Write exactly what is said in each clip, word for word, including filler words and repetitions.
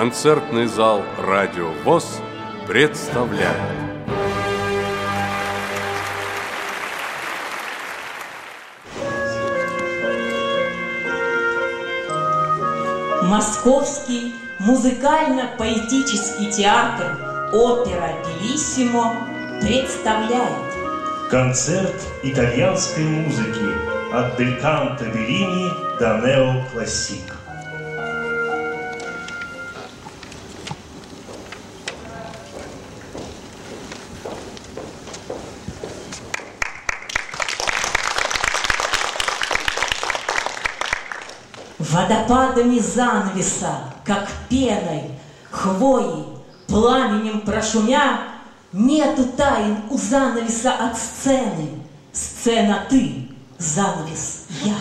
Концертный зал «Радио ВОС» представляет. Московский музыкально-поэтический театр «Опера Белиссимо» представляет концерт итальянской музыки от Дель Канто Беллини до неоклассик. Водопадами занавеса, как пеной, хвоей, пламенем прошумя, нету тайн у занавеса от сцены. Сцена ты, занавес я.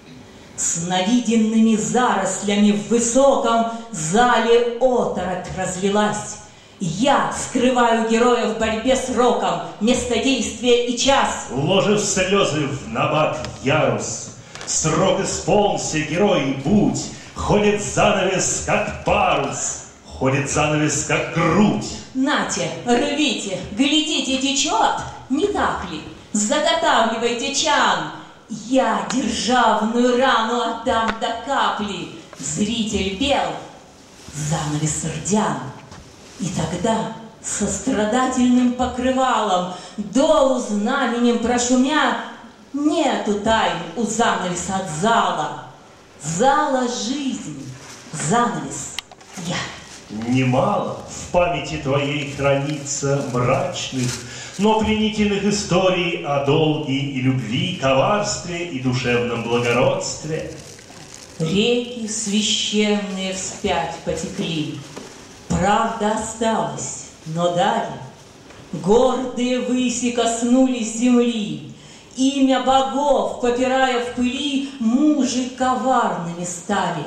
С навиденными зарослями в высоком зале оторопь разлилась. Я скрываю героя в борьбе с роком, место действия и час. Ложив слезы в набат ярус, срок исполнился, герой, будь. Ходит занавес, как парус, ходит занавес, как грудь. Нате, рвите, глядите, течет, не так ли? Заготавливайте чан. Я державную рану отдам до капли. Зритель пел, занавес рдян. И тогда сострадательным покрывалом, долу знаменем прошумя, нету тайн у занавеса от зала. Зала жизнь, занавес я. Немало в памяти твоей хранится мрачных, но пленительных историй о долге и любви, коварстве и душевном благородстве. Реки священные вспять потекли, правда осталась, но далее гордые выси коснулись земли. Имя богов, попирая в пыли, мужи коварными стали.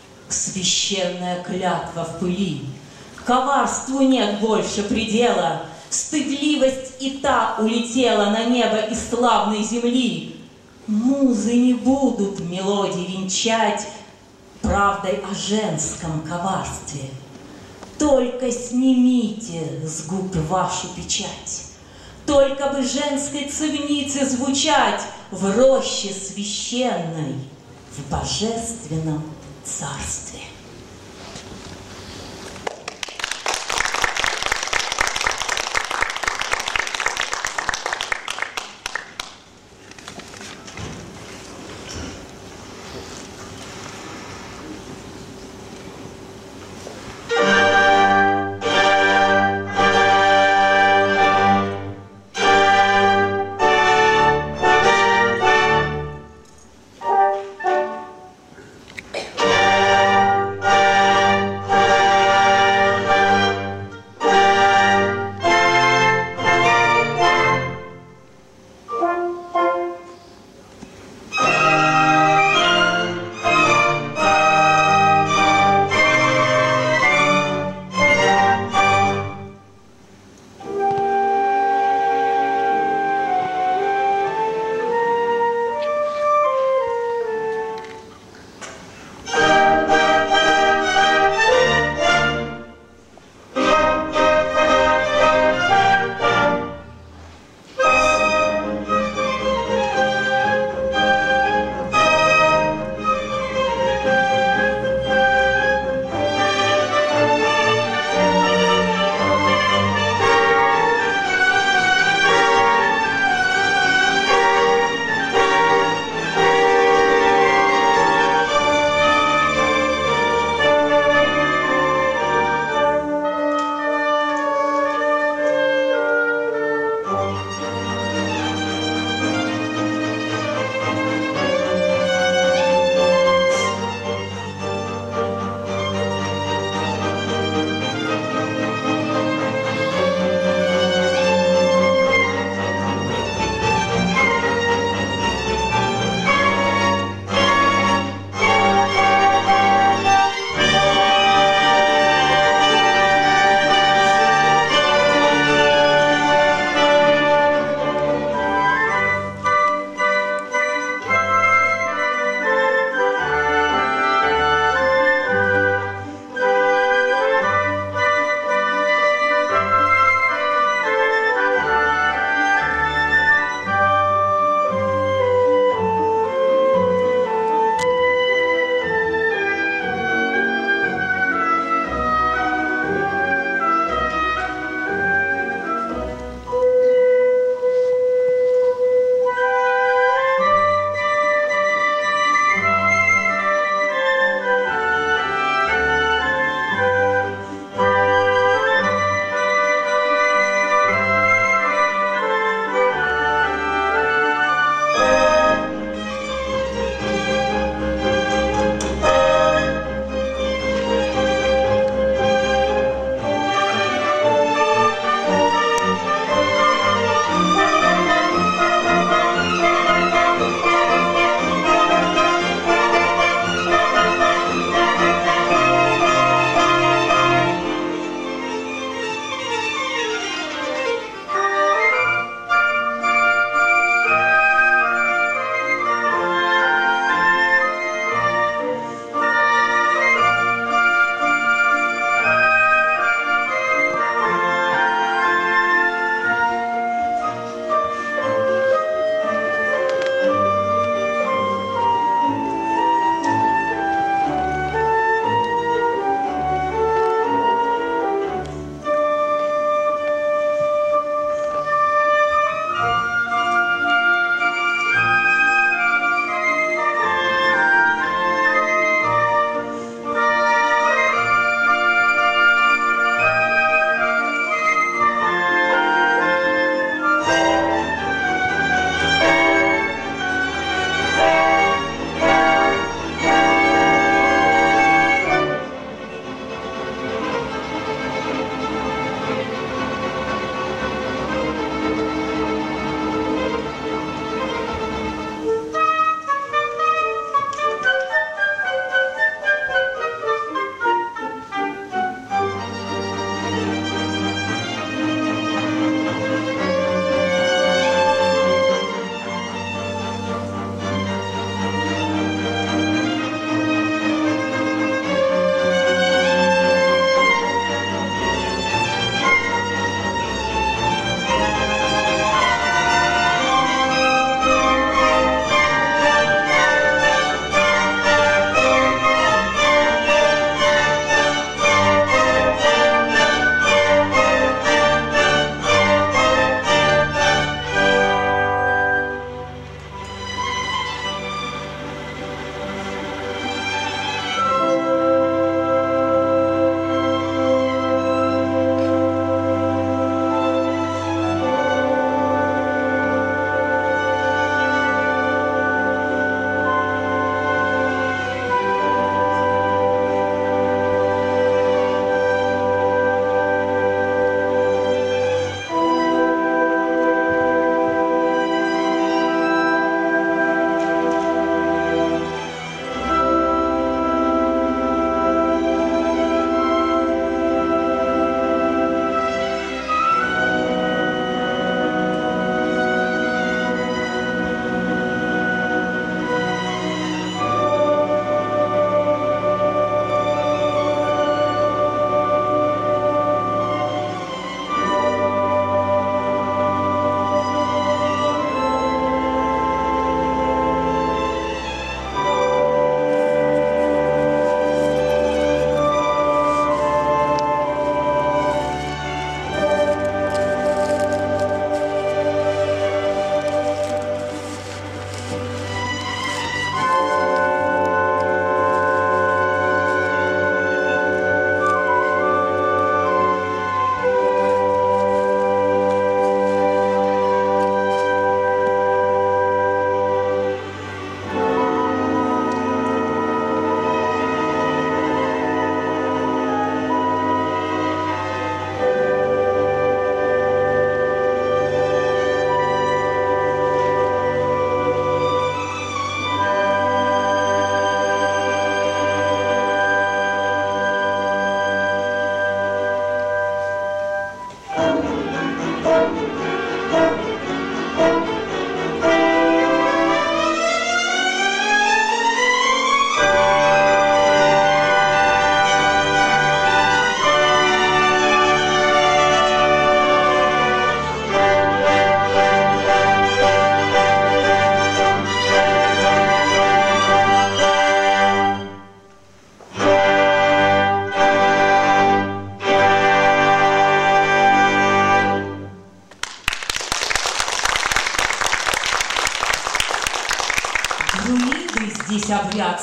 Священная клятва в пыли. Коварству нет больше предела. Стыдливость и та улетела на небо из славной земли. Музы не будут мелодий венчать правдой о женском коварстве. Только снимите с губ вашу печать. Только бы женской цивнице звучать в роще священной, в божественном царстве.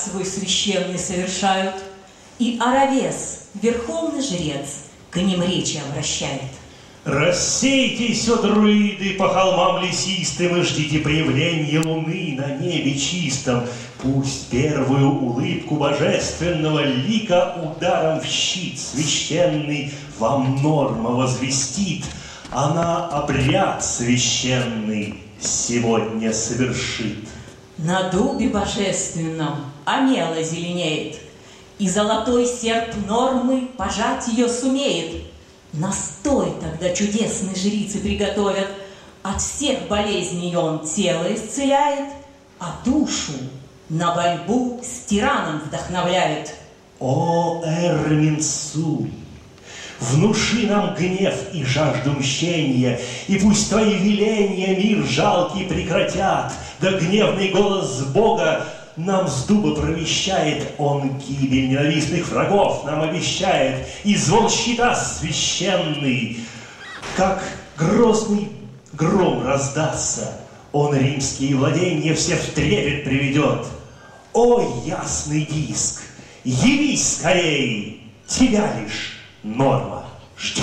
свой священный совершают, и Аравес, верховный жрец, к ним речи обращает. Рассейтесь, о друиды, по холмам лесистым, и ждите появления луны на небе чистом. Пусть первую улыбку божественного лика ударом в щит священный вам норма возвестит. Она обряд священный сегодня совершит. На дубе божественном омела зеленеет, и золотой серп нормы пожать ее сумеет. Настой тогда чудесные жрицы приготовят, от всех болезней он тело исцеляет, а душу на борьбу с тираном вдохновляет. О, Эрминсуй, внуши нам гнев и жажду мщения, и пусть твои веления мир жалкий прекратят, да гневный голос Бога нам с дуба провещает, он гибель ненавистных врагов нам обещает, и звон щита священный, как грозный гром раздастся, он римские владения все в трепет приведет. О, ясный диск, явись скорей, тебя лишь норма ждет.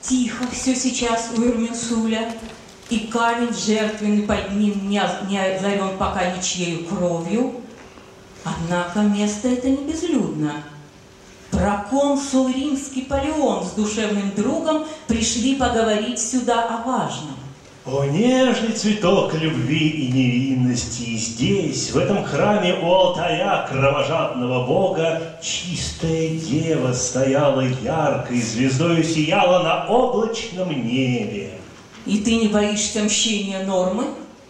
Тихо все сейчас у Ирминсуля, и камень жертвенный под ним не, не озарен пока ничьей кровью. Однако место это не безлюдно. Проконсул римский Палеон с душевным другом пришли поговорить сюда о важном. О, нежный цветок любви и невинности! И здесь, в этом храме у алтаря кровожадного бога, чистая дева стояла яркой, звездою сияла на облачном небе. И ты не боишься мщения Нормы?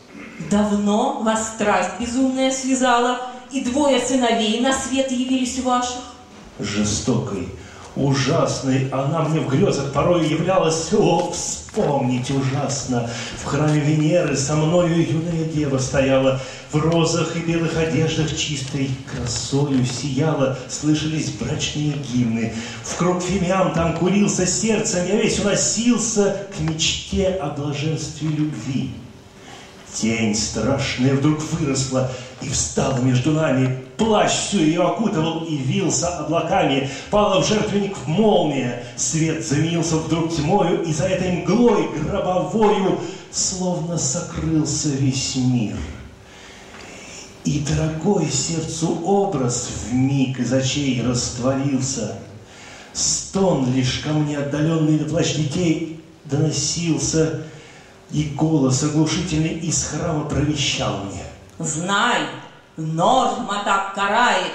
Давно вас страсть безумная связала, и двое сыновей на свет явились ваших. Жестокой, ужасной она мне в грезах порой являлась. О, вспомнить ужасно! В храме Венеры со мною юная дева стояла, в розах и белых одеждах чистой красою сияла, слышались брачные гимны. В круг фимиам там курился сердцем, я весь уносился к мечте о блаженстве любви. Тень страшная вдруг выросла и встала между нами. Плащ всю ее окутывал и вился облаками. Пала в жертвенник в молния. Свет заменился вдруг тьмою, и за этой мглой гробовою словно сокрылся весь мир. И дорогой сердцу образ вмиг из очей растворился. Стон лишь ко мне отдаленный на плач детей доносился, и голос оглушительный из храма провещал мне: знай, Норма так карает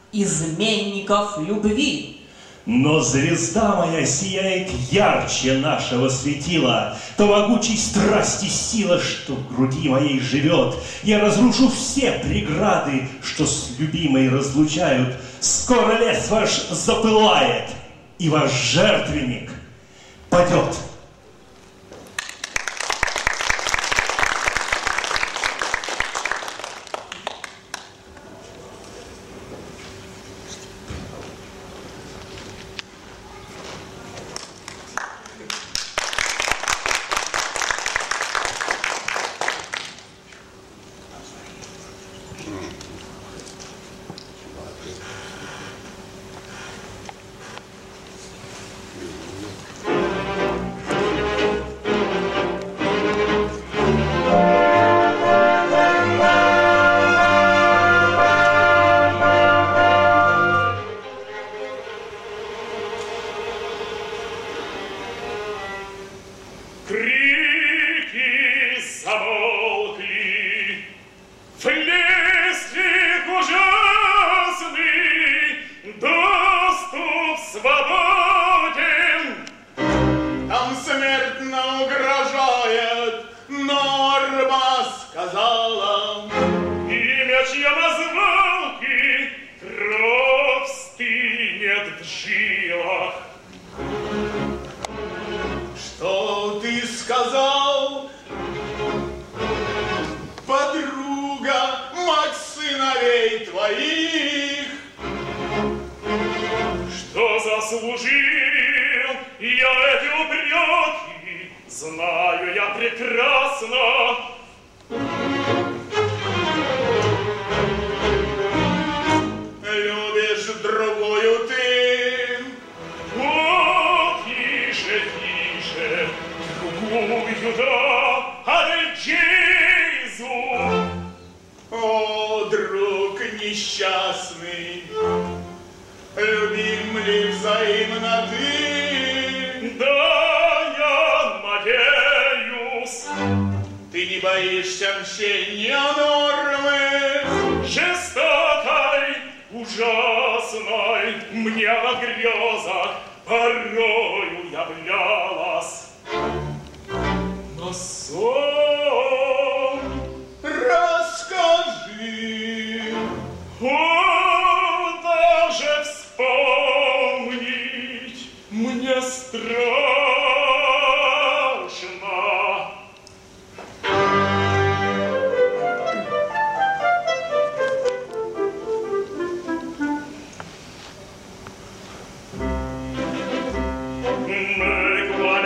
изменников любви. Но звезда моя сияет ярче нашего светила, то могучей страсти сила, что в груди моей живет. Я разрушу все преграды, что с любимой разлучают. Скоро лес ваш запылает, и ваш жертвенник падет. Make one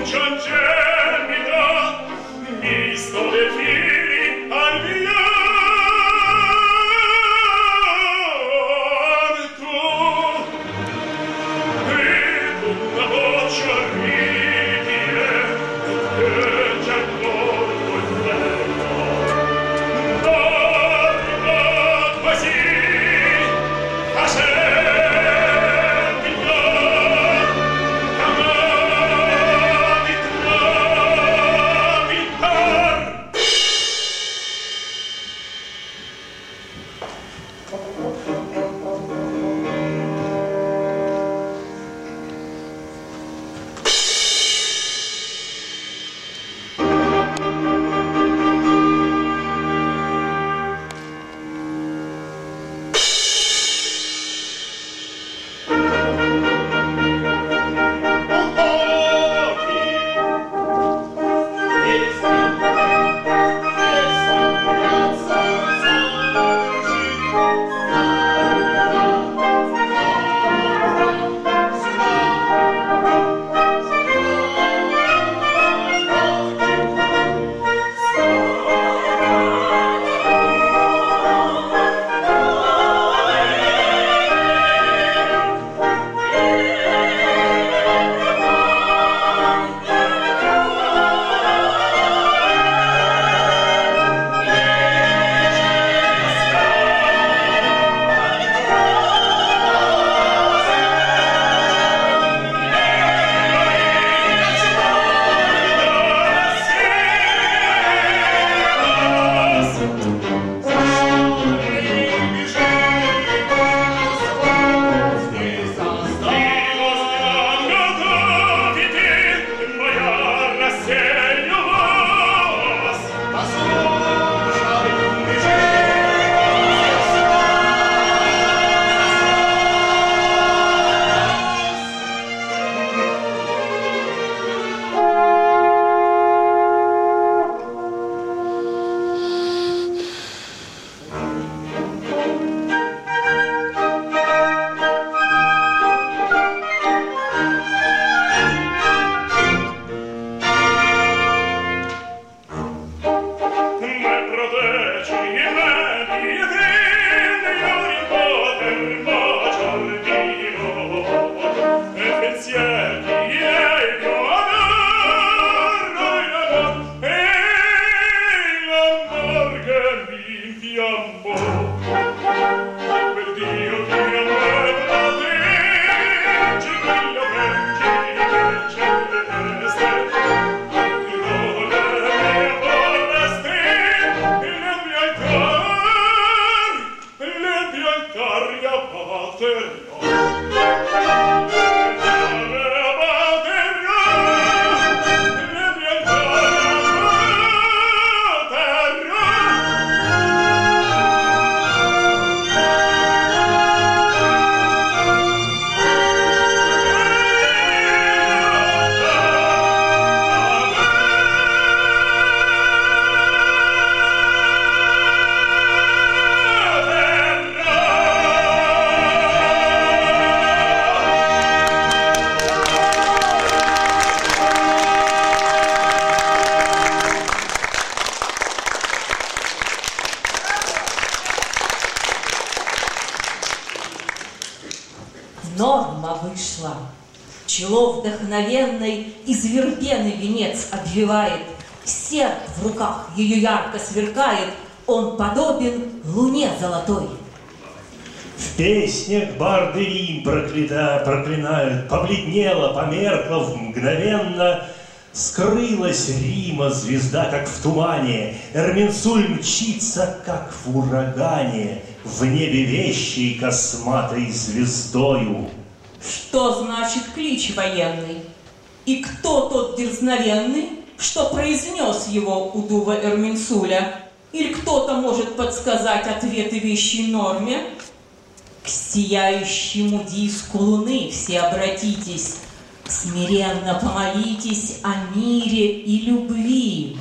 Норма вышла. Чело вдохновенной из вербены венец обвивает. Серп в руках ее ярко сверкает. Он подобен луне золотой. В песнях барды Рим проклята, проклинают. Побледнела, померкла мгновенно. Скрылась Рима звезда, как в тумане. Эрминсуль мчится, как в урагане. В небе вещей косматой звездою. Что значит клич военный? И кто тот дерзновенный, что произнес его у дува Эрминсуля? Или кто-то может подсказать ответы вещей норме? К сияющему диску луны все обратитесь, смиренно помолитесь о мире и любви.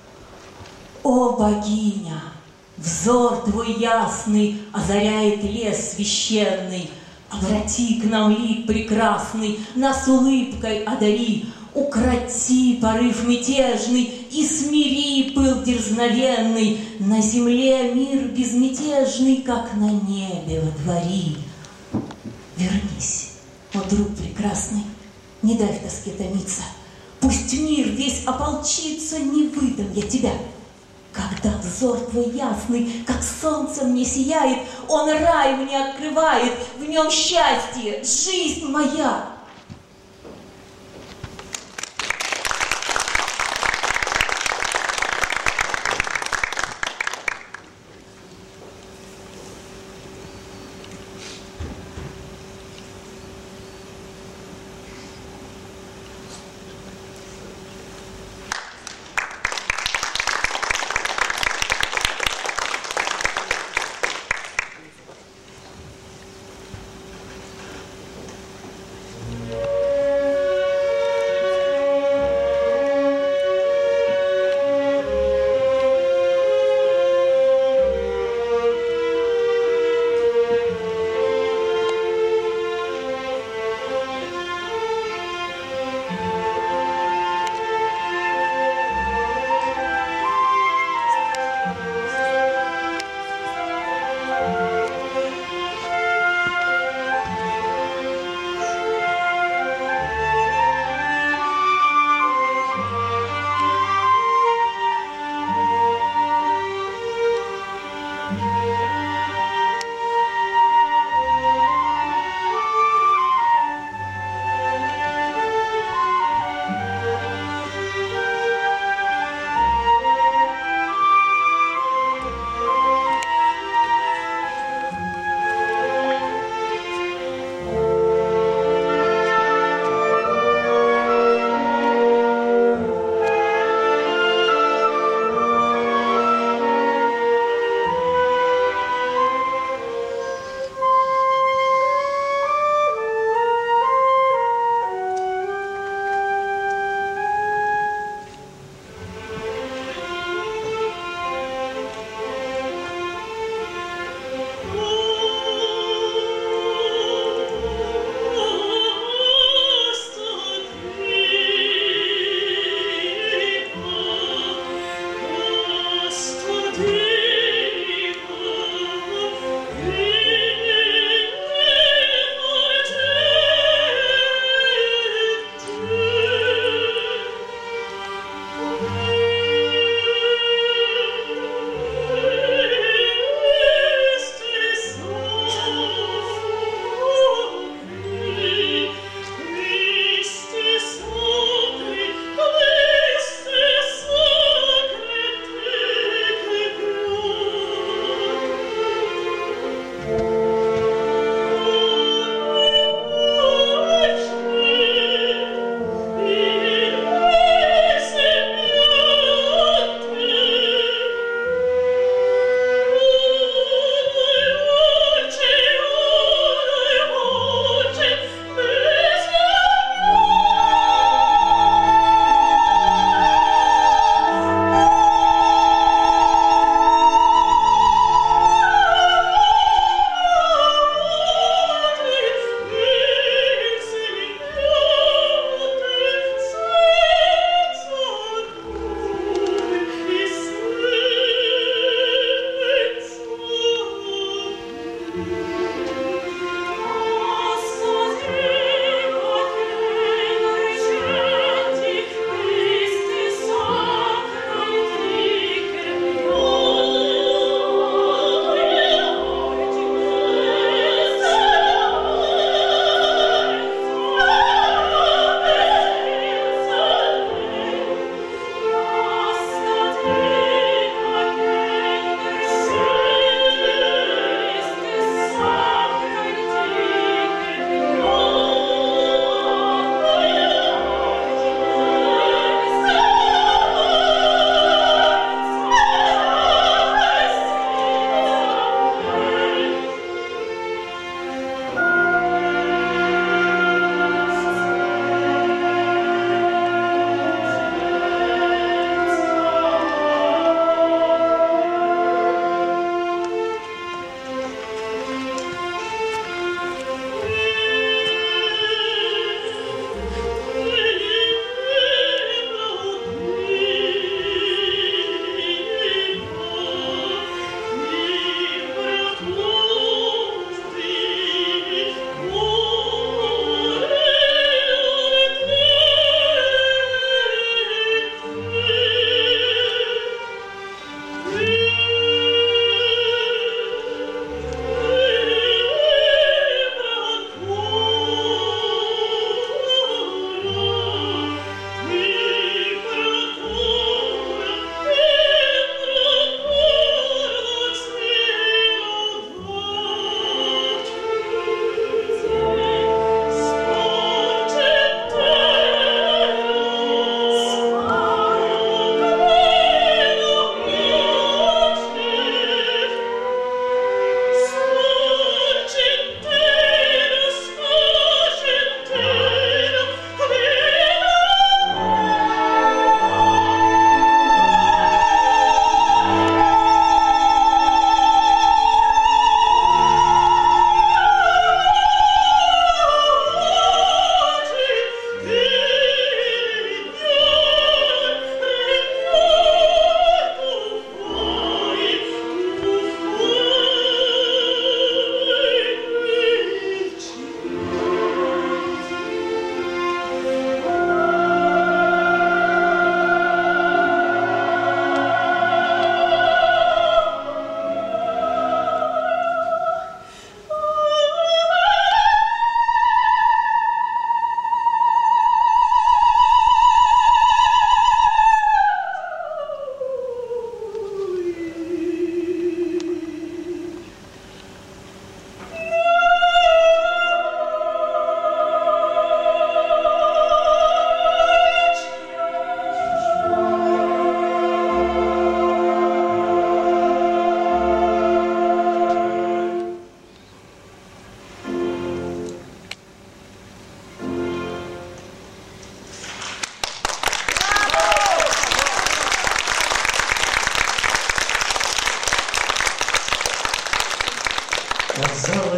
О, богиня, взор твой ясный озаряет лес священный. Обрати к нам лик прекрасный, нас улыбкой одари. Укроти порыв мятежный и смири пыл дерзновенный. На земле мир безмятежный, как на небе водвори. Вернись, о друг прекрасный, не дай в тоске томиться. Пусть мир весь ополчится, не выдам я тебя. Когда взор твой ясный, как солнце мне сияет, он рай мне открывает, в нем счастье, жизнь моя.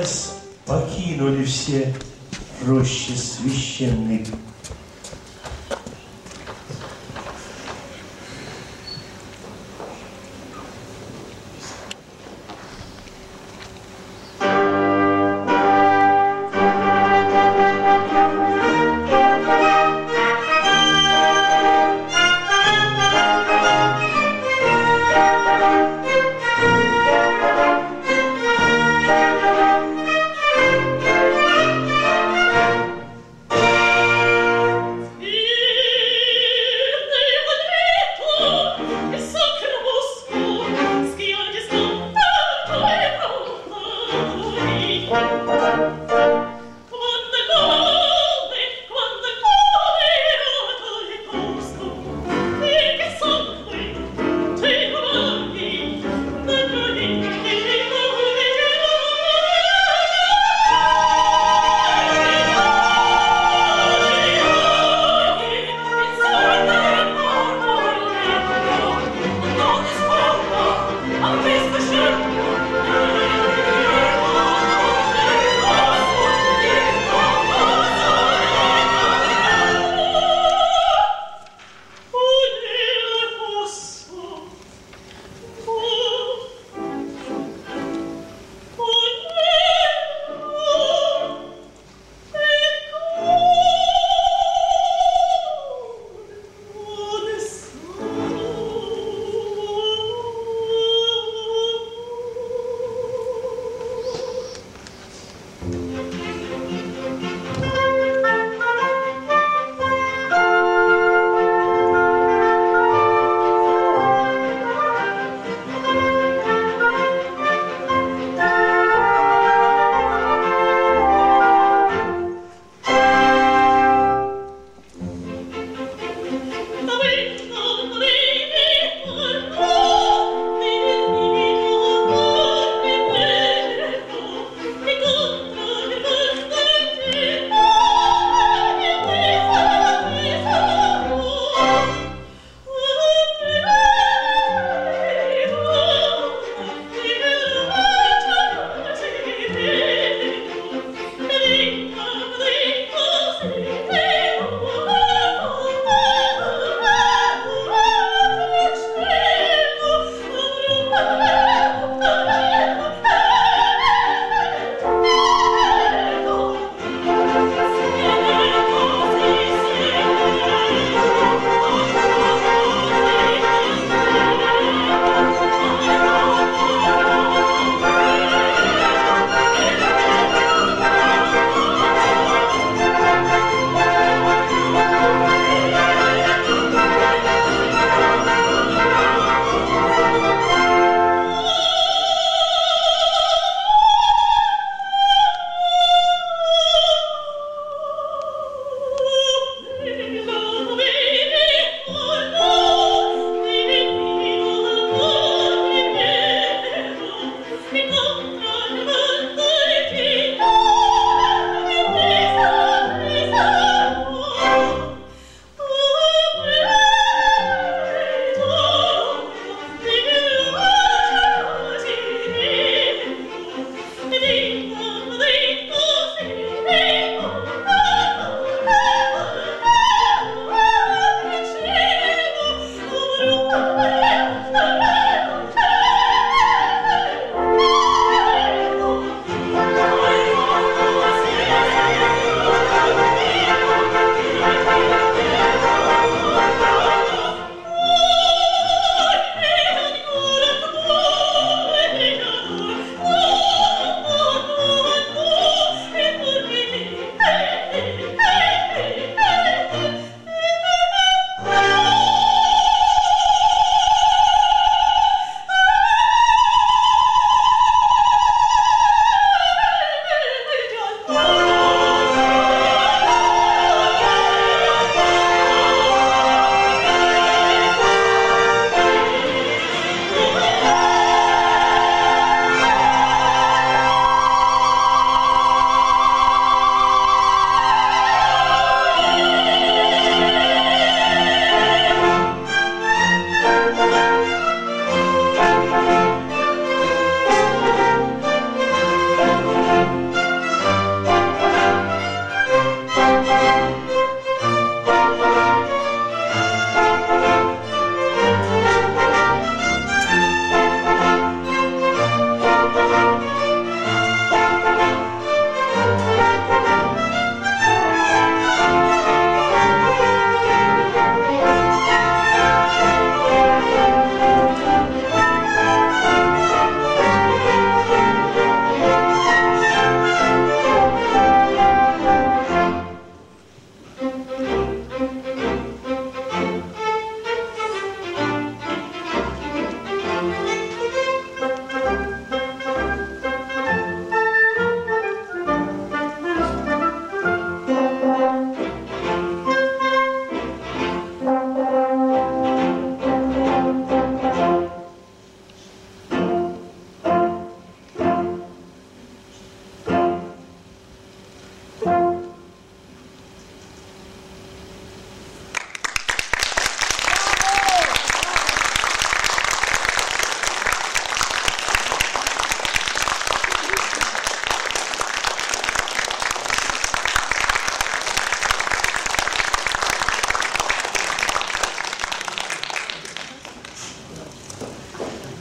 казалось, покинули все рощи священной.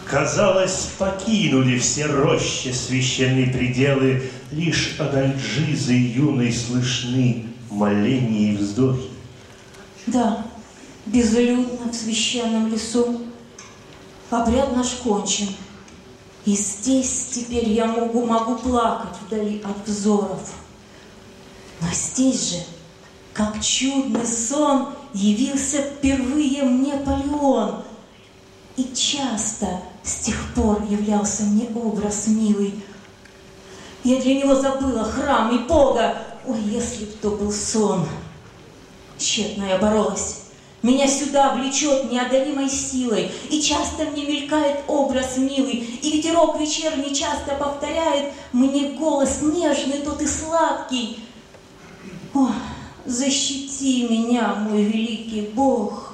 Казалось, покинули все рощи священные пределы, лишь от Альджизы юной слышны моления и вздохи. Да, безлюдно в священном лесу обряд наш кончен. И здесь теперь я могу, могу плакать вдали от взоров. Но здесь же, как чудный сон, явился впервые мне Палеон. И часто с тех пор являлся мне образ милый. Я для него забыла храм и Бога. Ой, если б то был сон. Тщетно я боролась. Меня сюда влечет неодолимой силой, и часто мне мелькает образ милый, и ветерок вечерний часто повторяет мне голос нежный, тот и сладкий. О, защити меня, мой великий Бог.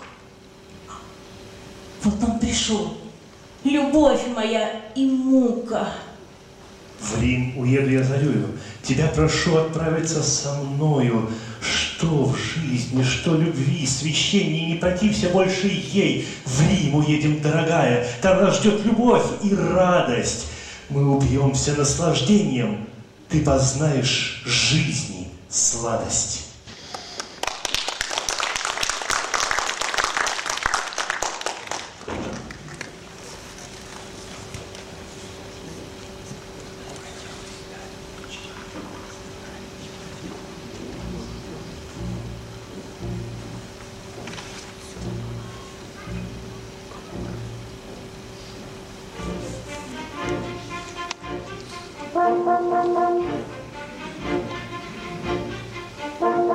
Вот он пришел, любовь моя и мука. В Рим уеду я зарею, тебя прошу отправиться со мною. Что в жизни, что любви, священней, не протився больше ей. В Рим уедем, дорогая, там нас ждет любовь и радость. Мы убьемся наслаждением, ты познаешь жизни сладость. Thank you.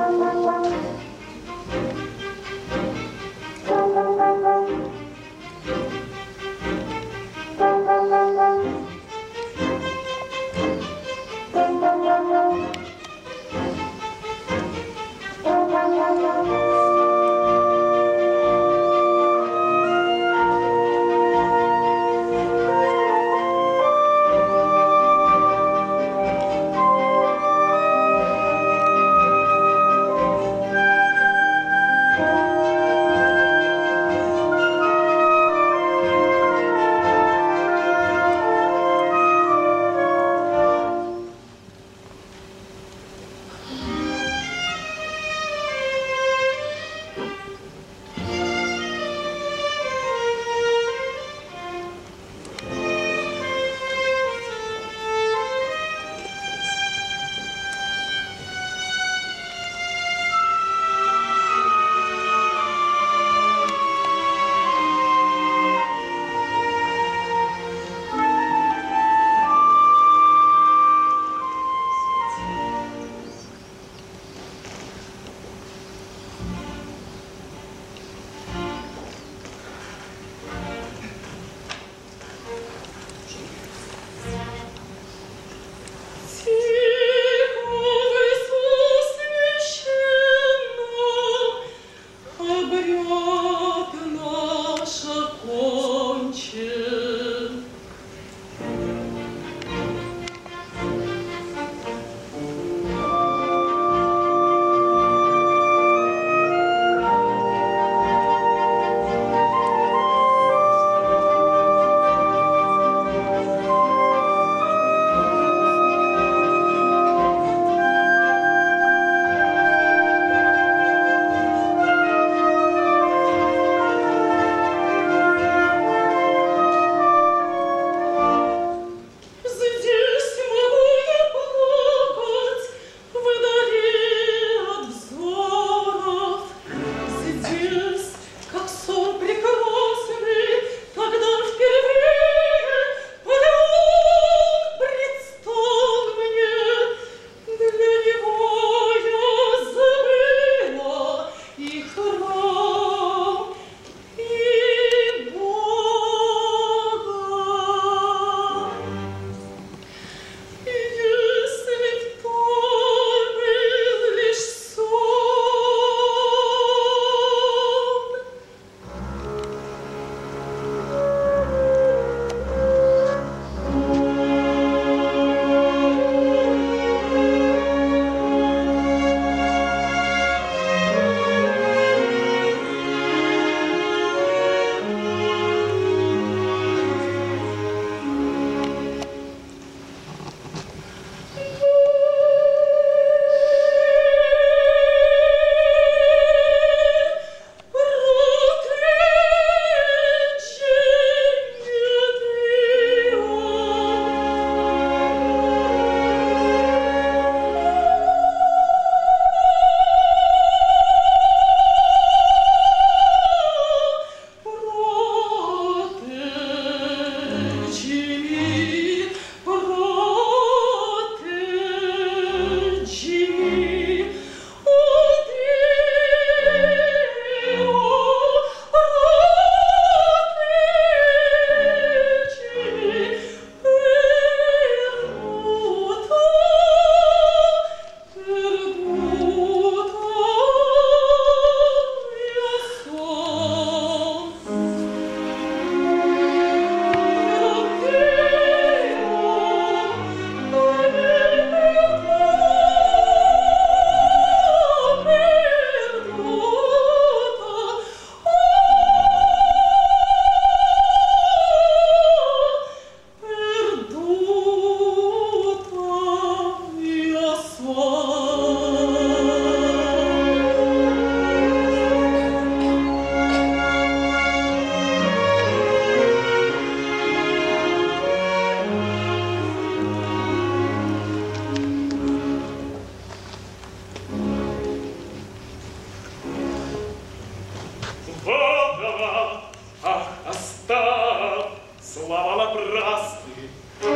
доброго, ах, оставь слова напрасны.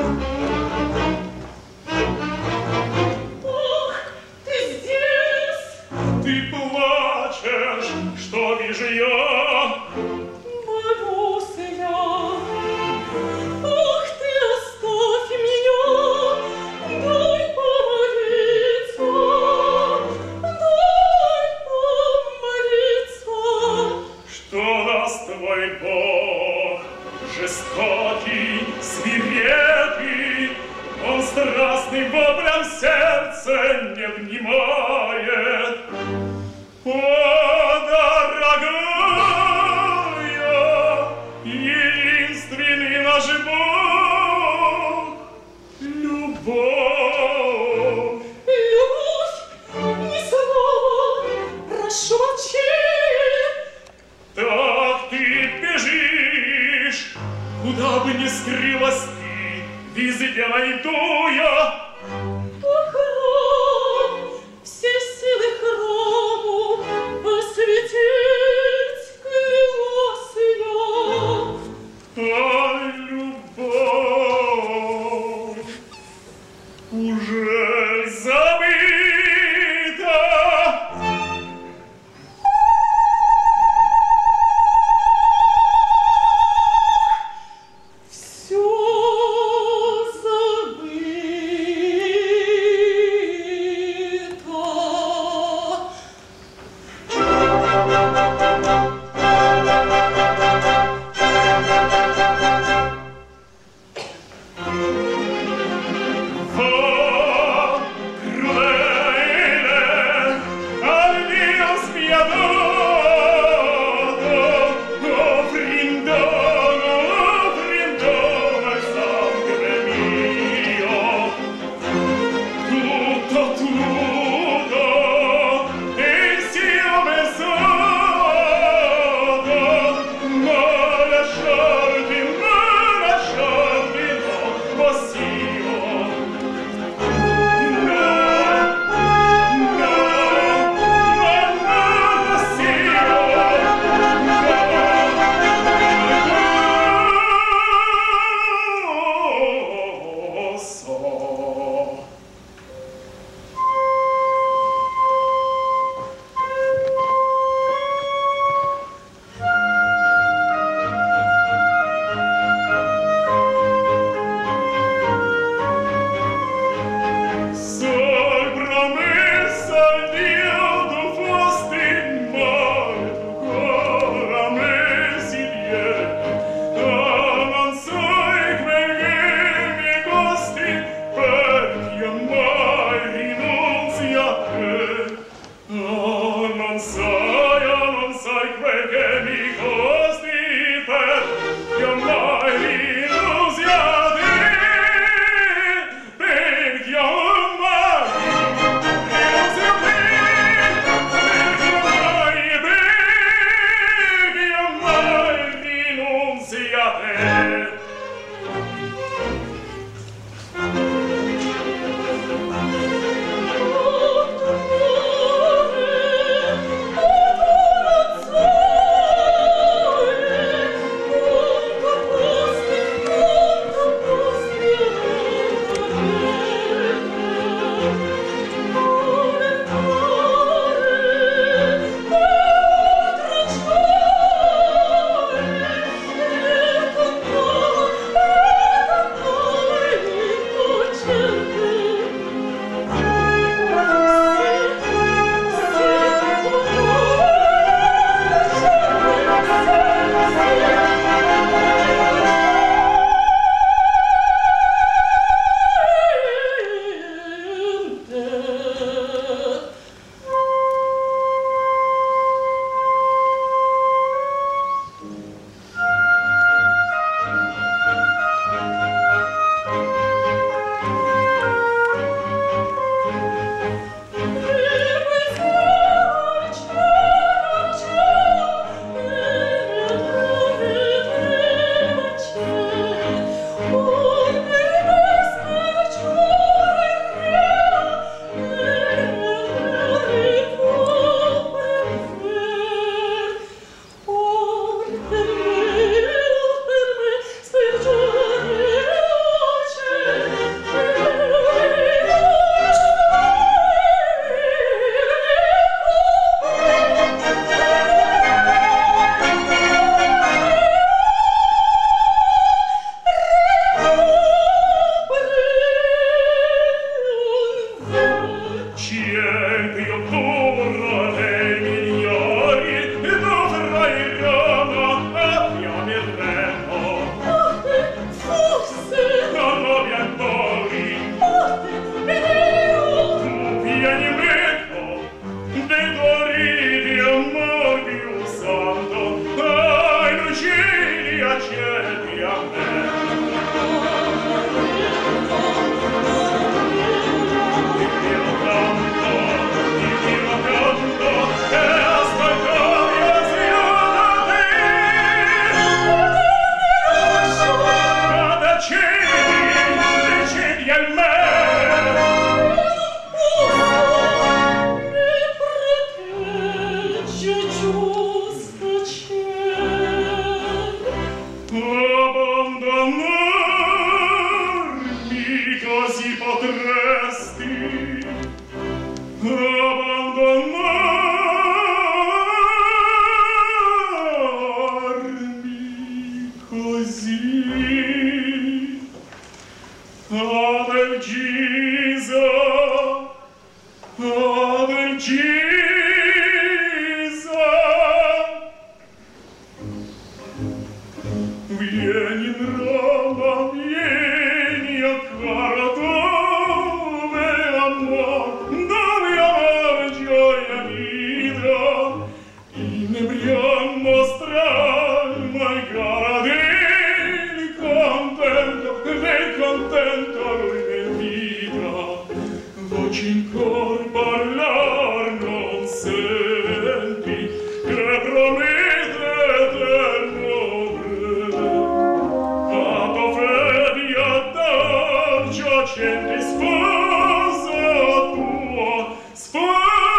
Ах, ты здесь! Ты плачешь, что вижу я? Молюсь я. Ах, ты оставь меня, дай помолиться, дай помолиться. Что даст твой Бог, жестокий, свирепый, он страстным воплям сердце не внимает. О, дорогая, единственный наш Бог, любовь. Любовь, ни слова, прошу молчи. Так ты бежишь, куда бы ни скрылась ты, везде найду я. О, храм, все силы храму осветить клялась я. А любовь уже забыта. Все забыто. my God, il contento, del contento lui nel vita, voci in cor parlar non senti, che promette eterno re. Pato fedi a dar giacenti sposa tua, sposa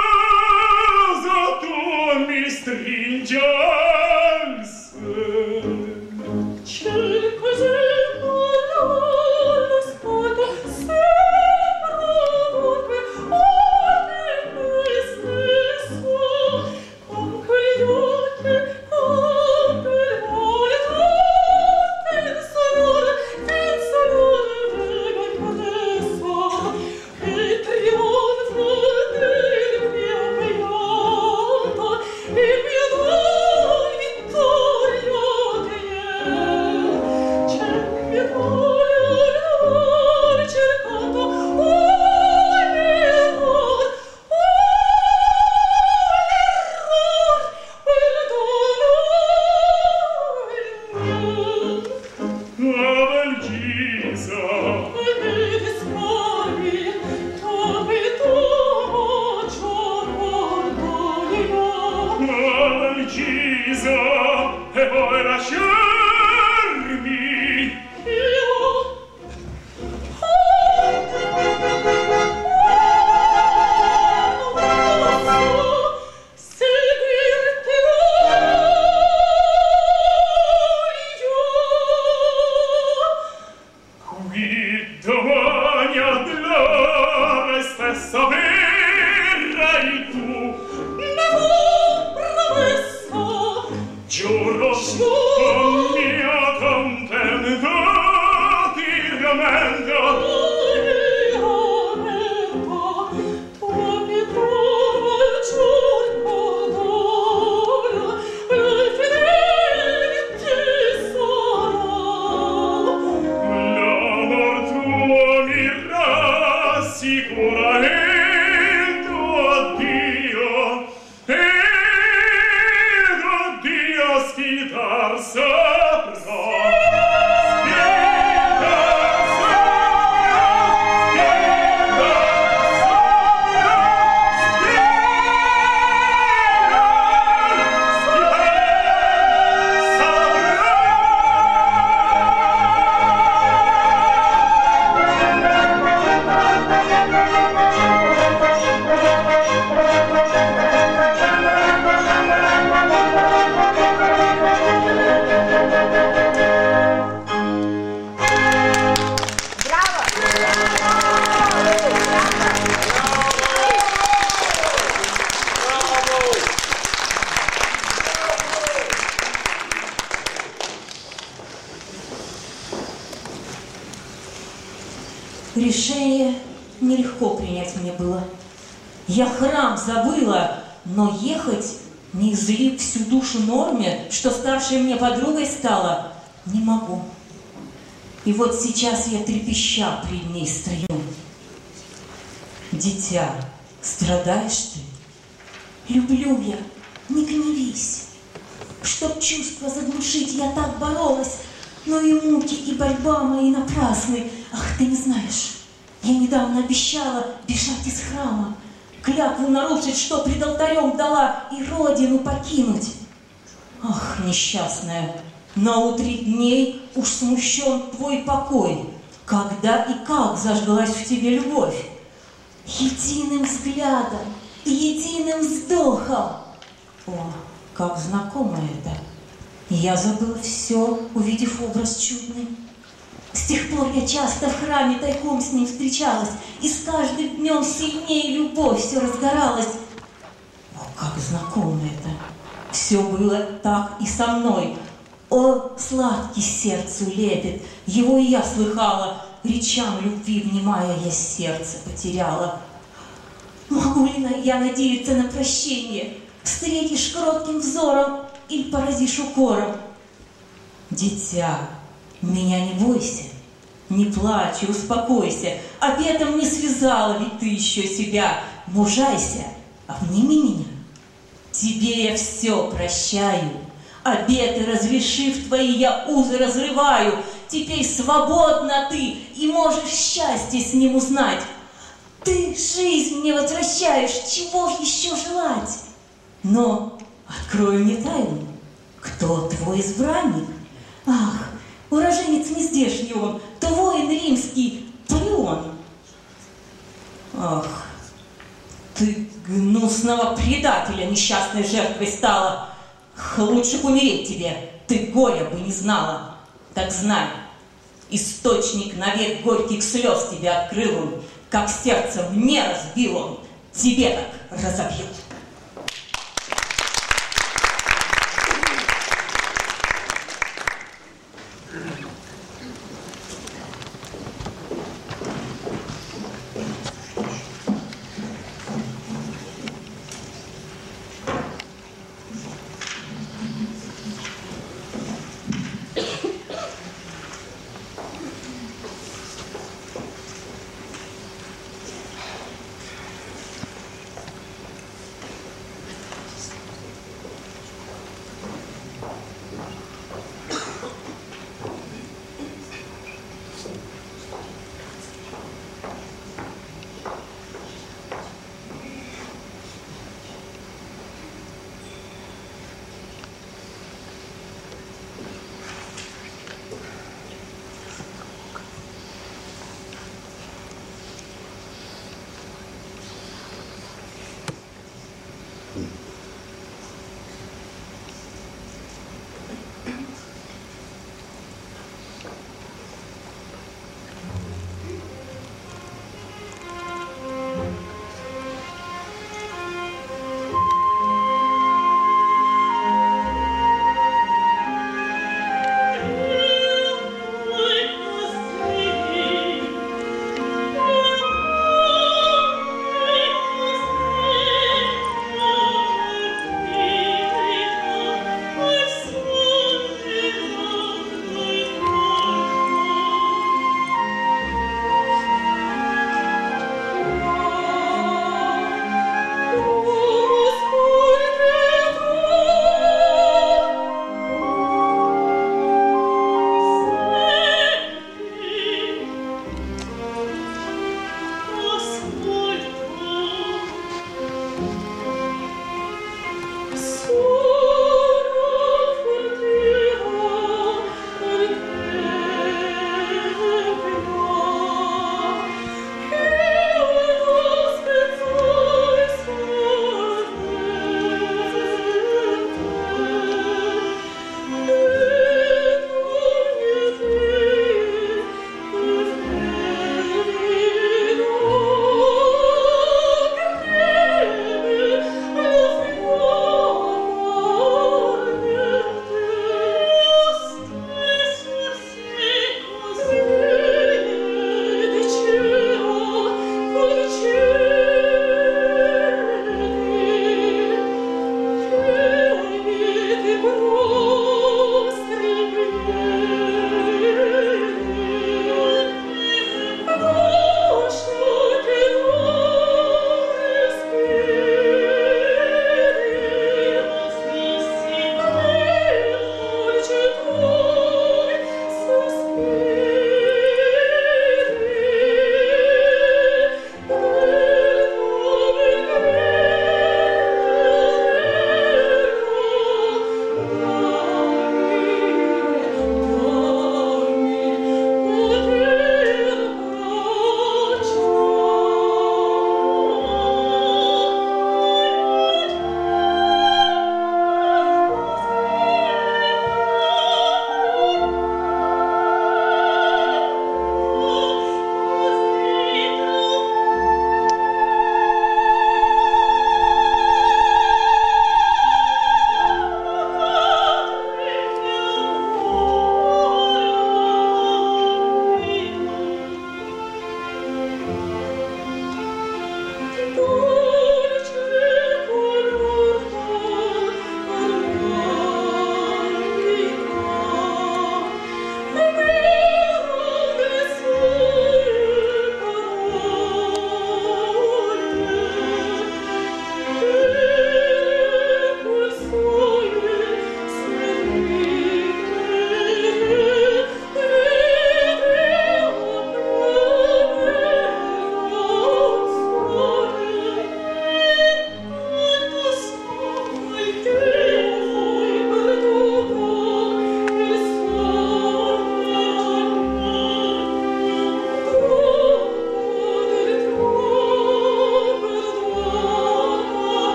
tua mi stringe al seno. C'è così lo sguardo sempre ovunque, ogni me stesso, con quegli occhi, con quel volto, pensa l'ora, pensa l'ora, vega adesso, che trionfo del mio pianto, il mio don vittoria che è. C'è mio cuore cercato, oh l'error, oh l'error, perdono La bel Gisa, e mi disparmi, topi tu, ciò perdonirò. la bel Gisa, e poi lasciarmi. Io non posso seguirti io. Qui domani ad l'ora stessa verrai tu, Ne fu promessa, giuro, con mio contento ti rammento. L'amor tuo mi rassicura e tuo Dio, ed oh Dio sfidar saprò. Решение нелегко принять мне было. Я храм забыла, но ехать, не излив всю душу Норме, что старшей мне подругой стала, не могу. И вот сейчас я трепеща пред ней стою. Дитя, страдаешь ты? Люблю я, не гневись. Чтоб чувства заглушить, я так боролась, но и муки, и борьба мои напрасны. Ах, ты не знаешь, я недавно обещала бежать из храма, клятву нарушить, что пред алтарем дала, и родину покинуть. Ах, несчастная, на утре дней уж смущен твой покой, когда и как зажглась в тебе любовь. Единым взглядом и единым вздохом. О, как знакомо это. Я забыла все, увидев образ чудный. С тех пор я часто в храме тайком с ним встречалась, и с каждым днем сильнее любовь все разгоралась. О, как знакомо это. Все было так и со мной. О, сладкий сердцу лепет, его и я слыхала, речам любви внимая я сердце потеряла. Могу ли я надеяться на прощение? Встретишь кротким взором или поразишь укором? Дитя, меня не бойся, не плачь, успокойся. Обетом не связала ведь ты еще себя. Мужайся, обними меня. Тебе я все прощаю. Обеты разрешив твои, я узы разрываю. Теперь свободна ты, и можешь счастье с ним узнать. Ты жизнь мне возвращаешь, чего ж еще желать? Но открою мне тайну, кто твой избранник? Ах, уроженец нездешний он, то воин римский Палеон. Ах, ты гнусного предателя несчастной жертвой стала. Лучше б умереть тебе, ты горя бы не знала. Так знай, источник навек горьких слез тебе открыл он, как сердце мне разбил он, тебе так разобьет.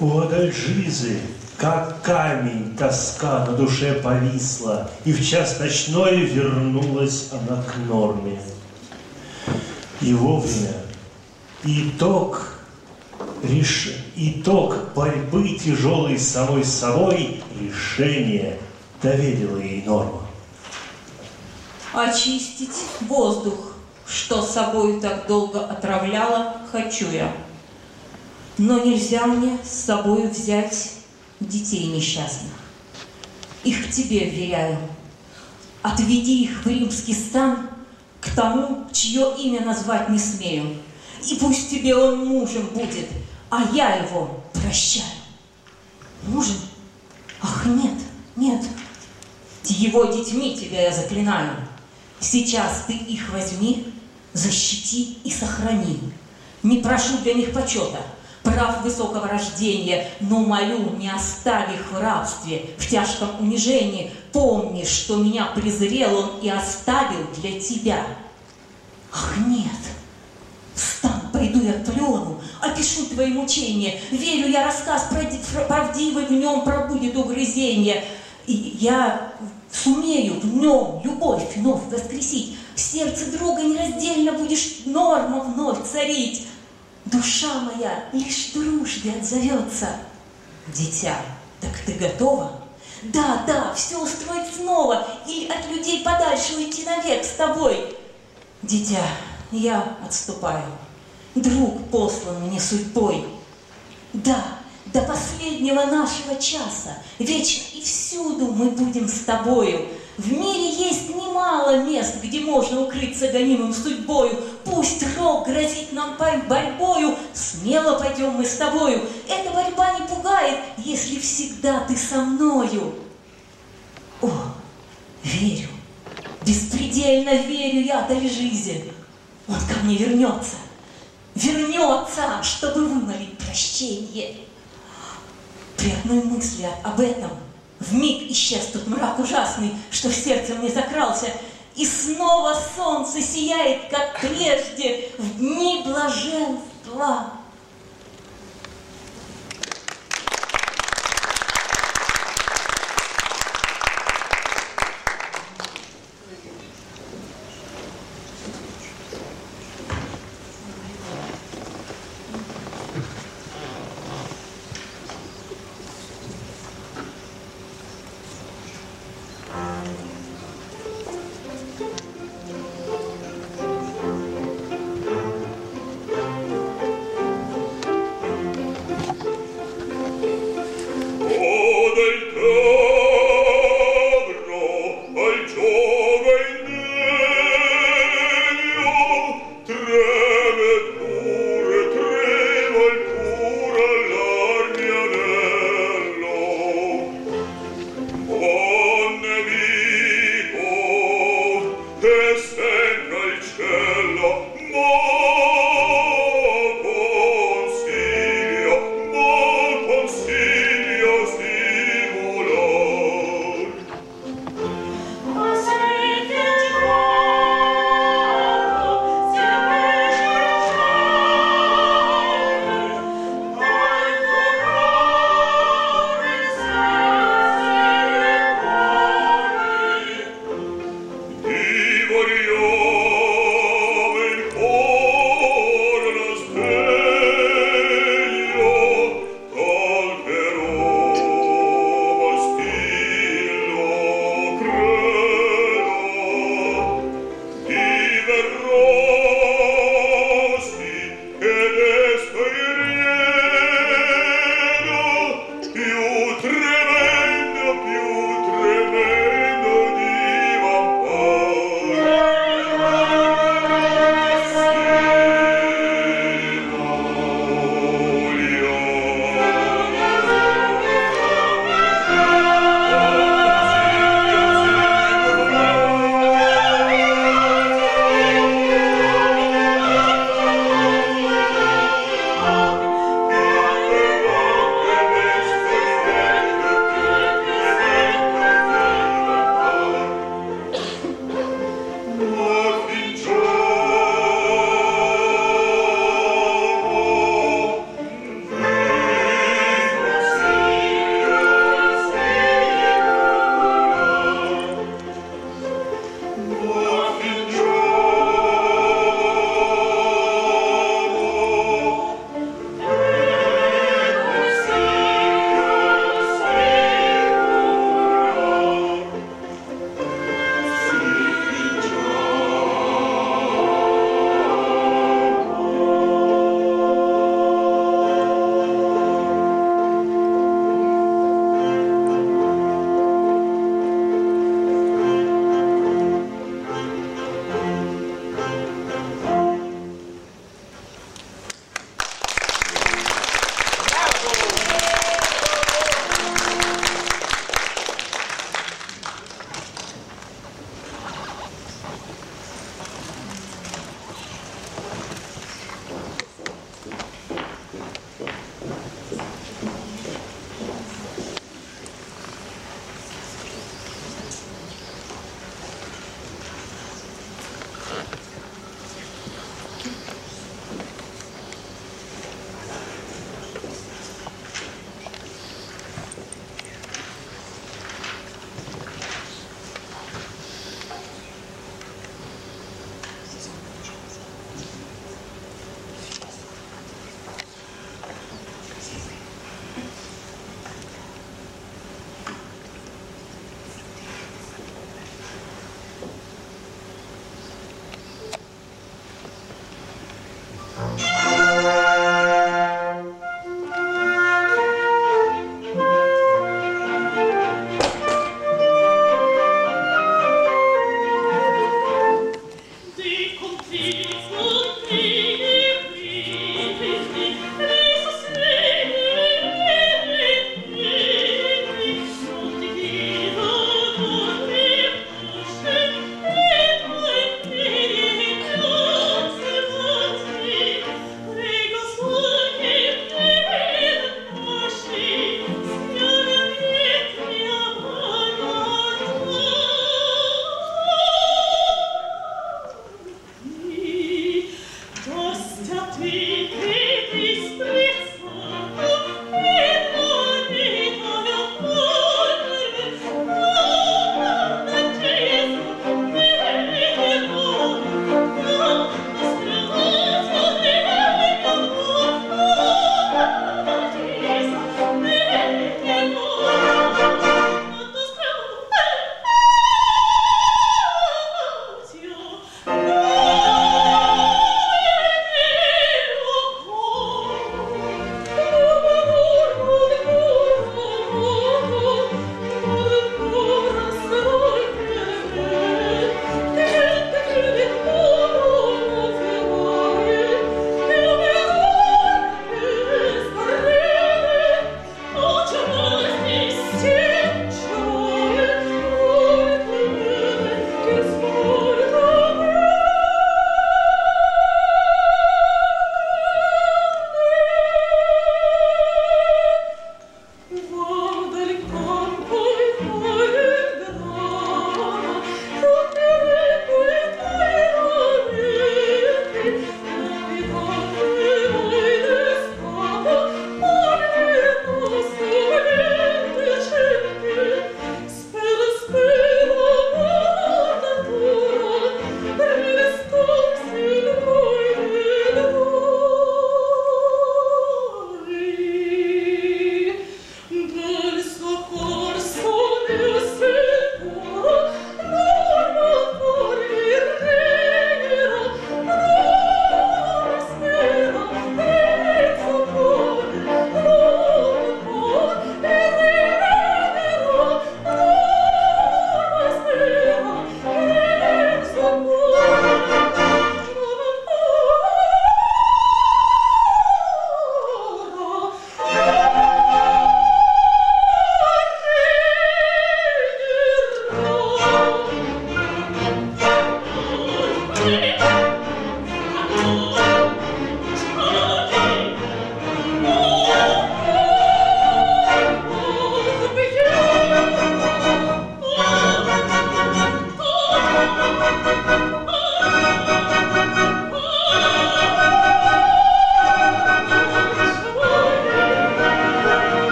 У Адальгизы, как камень, тоска на душе повисла, и в час ночной вернулась она к норме. И вовремя итог, реш... итог борьбы тяжелой с самой собой, решение доверила ей норма. Очистить воздух, что собою так долго отравляла, хочу я. Но нельзя мне с собою взять детей несчастных. Их к тебе вверяю. Отведи их в римский стан к тому, чье имя назвать не смею. И пусть тебе он мужем будет, а я его прощаю. Мужем? Ах, нет, нет. Его детьми тебя я заклинаю. Сейчас ты их возьми, защити и сохрани. Не прошу для них почета, прав высокого рождения, но молю, не оставь их в рабстве, в тяжком унижении. Помни, что меня презрел он и оставил для тебя. Ах, нет. Встань, пойду я к Плеону, опишу твои мучения. Верю я, рассказ правдивый, в нем пробудет угрызение. И я сумею в нем любовь вновь воскресить. В сердце друга нераздельно будешь норма вновь царить. Душа моя лишь дружбе отзовется. Дитя, так ты готова? Да, да, все устроить снова, или от людей подальше уйти навек с тобой. Дитя, я отступаю. Друг послан мне судьбой. Да, до последнего нашего часа, вечно и всюду мы будем с тобою. В мире есть немало мест, где можно укрыться гонимым судьбою. Пусть рок грозит нам борьбою, смело пойдем мы с тобою. Эта борьба не пугает, если всегда ты со мною. О, верю, беспредельно верю я Адальгизе. Он ко мне вернется, вернется, чтобы вымолить прощение. При одной мысли об этом вмиг исчез тот мрак ужасный, что в сердце мне закрался, и снова солнце сияет, как прежде, в дни блаженства. Tremendo, più tremendo di vampire.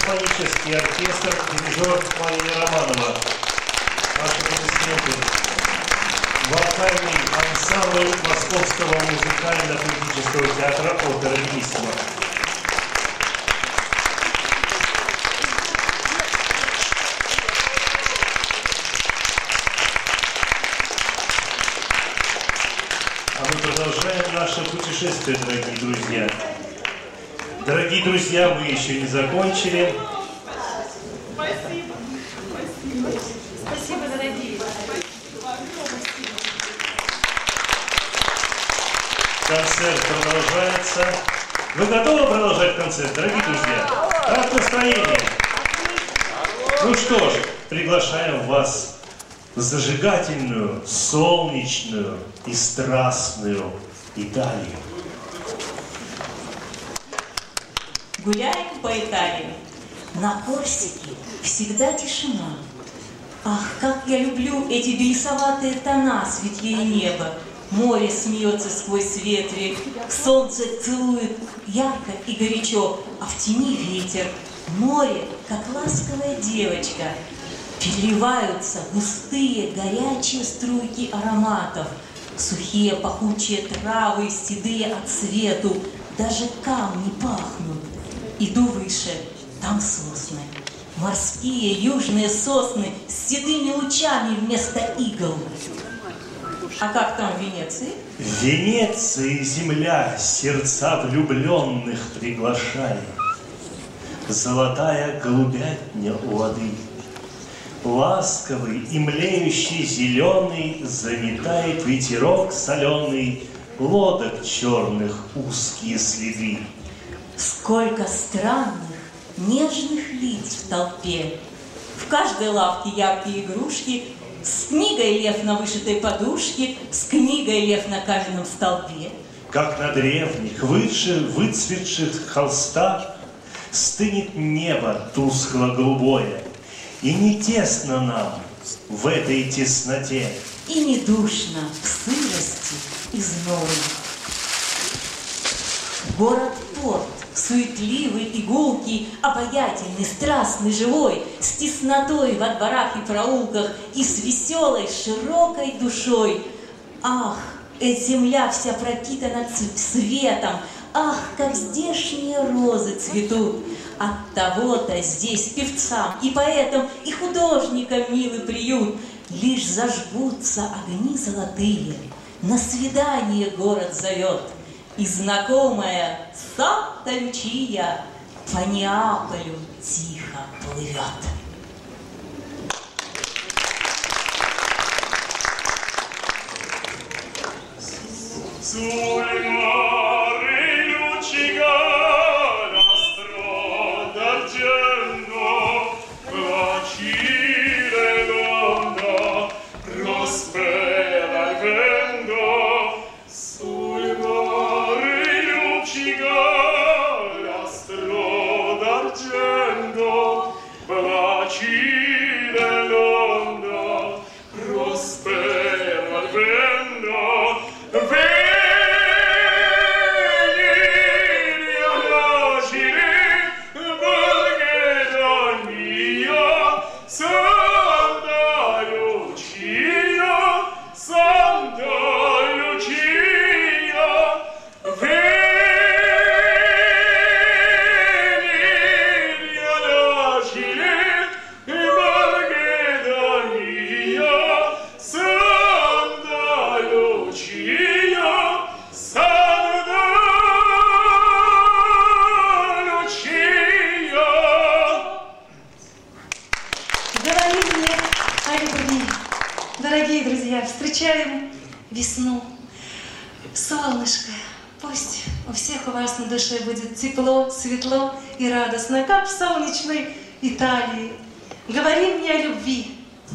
симфонический оркестр, дирижер Мария Романова. Ваши аплодисменты. Вокальный ансамбль Московского музыкально-политического театра «Опера Миссима». А мы продолжаем наше путешествие, дорогие друзья. Дорогие друзья, мы еще не закончили. Спасибо. Спасибо. Спасибо, дорогие. Концерт продолжается. Вы готовы продолжать концерт, дорогие друзья? Как настроение? Ну что ж, приглашаем вас в зажигательную, солнечную и страстную Италию. Гуляем по Италии. На Корсике всегда тишина. Ах, как я люблю эти белесоватые тона светлее неба. Море смеется сквозь ветви, солнце целует ярко и горячо, а в тени ветер. Море, как ласковая девочка. Переливаются густые горячие струйки ароматов, сухие пахучие травы, седые от свету, даже камни пахнут. Иду выше, там сосны. Морские южные сосны с седыми лучами вместо игл. А как там в Венеции? В Венеции земля сердца влюбленных приглашает. Золотая голубятня у воды. Ласковый и млеющий зеленый заметает ветерок соленый лодок черных узкие следы. Сколько странных, нежных лиц в толпе. В каждой лавке яркие игрушки, с книгой лев на вышитой подушке, с книгой лев на каменном столбе. Как на древних, выше выцветших холстах стынет небо тускло-голубое. И не тесно нам в этой тесноте. И не душно в сырости и зное. Город-порт, суетливый и гулкий, обаятельный, страстный, живой, с теснотой во дворах и проулках и с веселой, широкой душой. Ах, эта земля вся пропитана светом, ах, как здешние розы цветут. От того-то здесь певцам и поэтам, и художникам милый приют. Лишь зажгутся огни золотые, на свидание город зовет. И знакомая Санта-Лючия по Неаполю тихо плывет. Дорогие друзья, встречаем весну, солнышко. Пусть у всех у вас на душе будет тепло, светло и радостно, как в солнечной Италии. Говори мне о любви.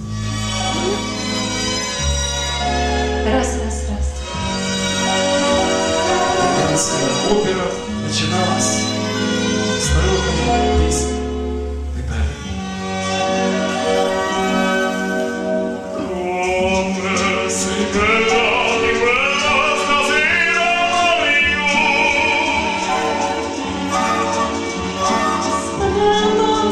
Раз, раз, раз. Итальянская опера начиналась с народной песни в Италии. Спрямо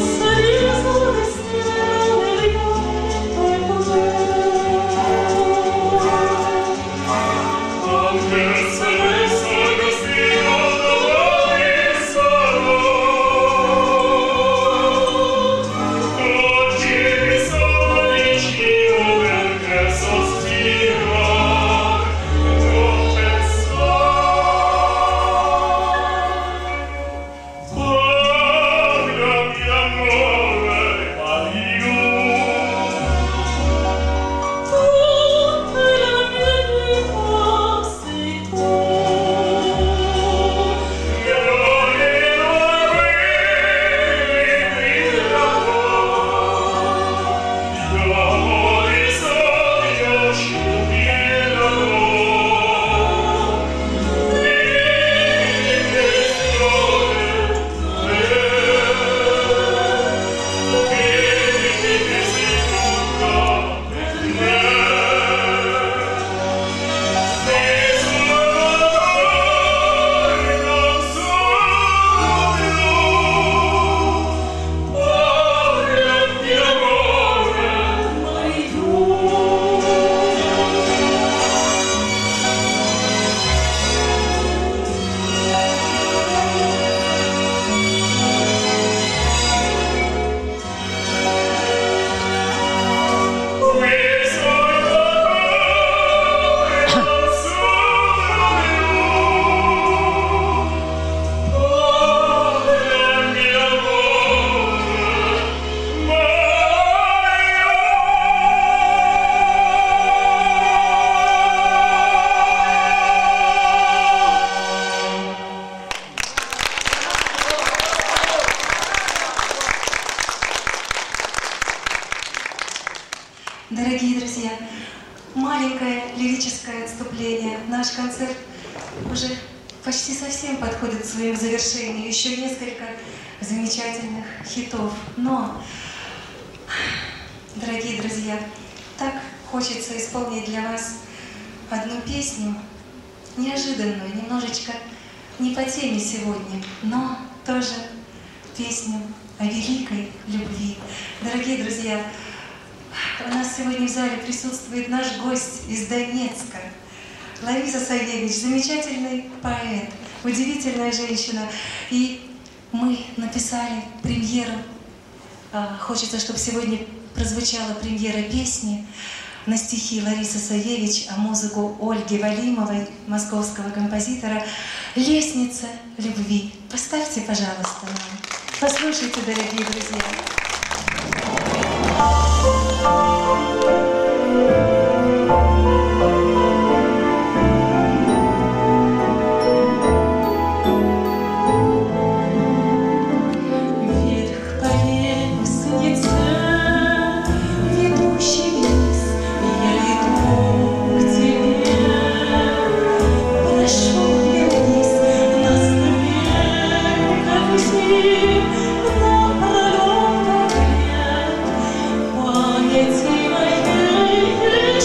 Дорогие друзья, маленькое лирическое отступление. Наш концерт уже почти совсем подходит к своему завершению. Еще несколько замечательных хитов. Но, дорогие друзья, так хочется исполнить для вас одну песню, неожиданную, немножечко не по теме сегодня, но тоже песню о великой любви. Дорогие друзья, у нас сегодня в зале присутствует наш гость из Донецка, Лариса Саевич, замечательный поэт, удивительная женщина. И мы написали премьеру. Хочется, чтобы сегодня прозвучала премьера песни на стихи Ларисы Саевич, а музыку Ольги Валимовой, московского композитора, «Лестница любви». Поставьте, пожалуйста, нам. Послушайте, дорогие друзья. Памяти моей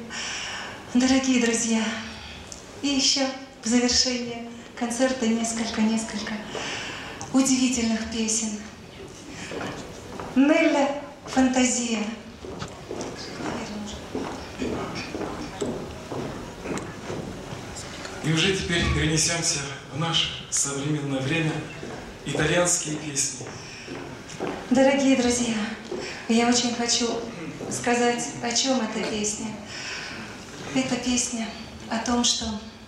Дорогие друзья, и еще в завершение концерта несколько-несколько удивительных песен. Нелля «Фантазия». И уже теперь перенесемся в наше современное время. Итальянские песни. Дорогие друзья, я очень хочу сказать, о чем эта песня. Эта песня о том, что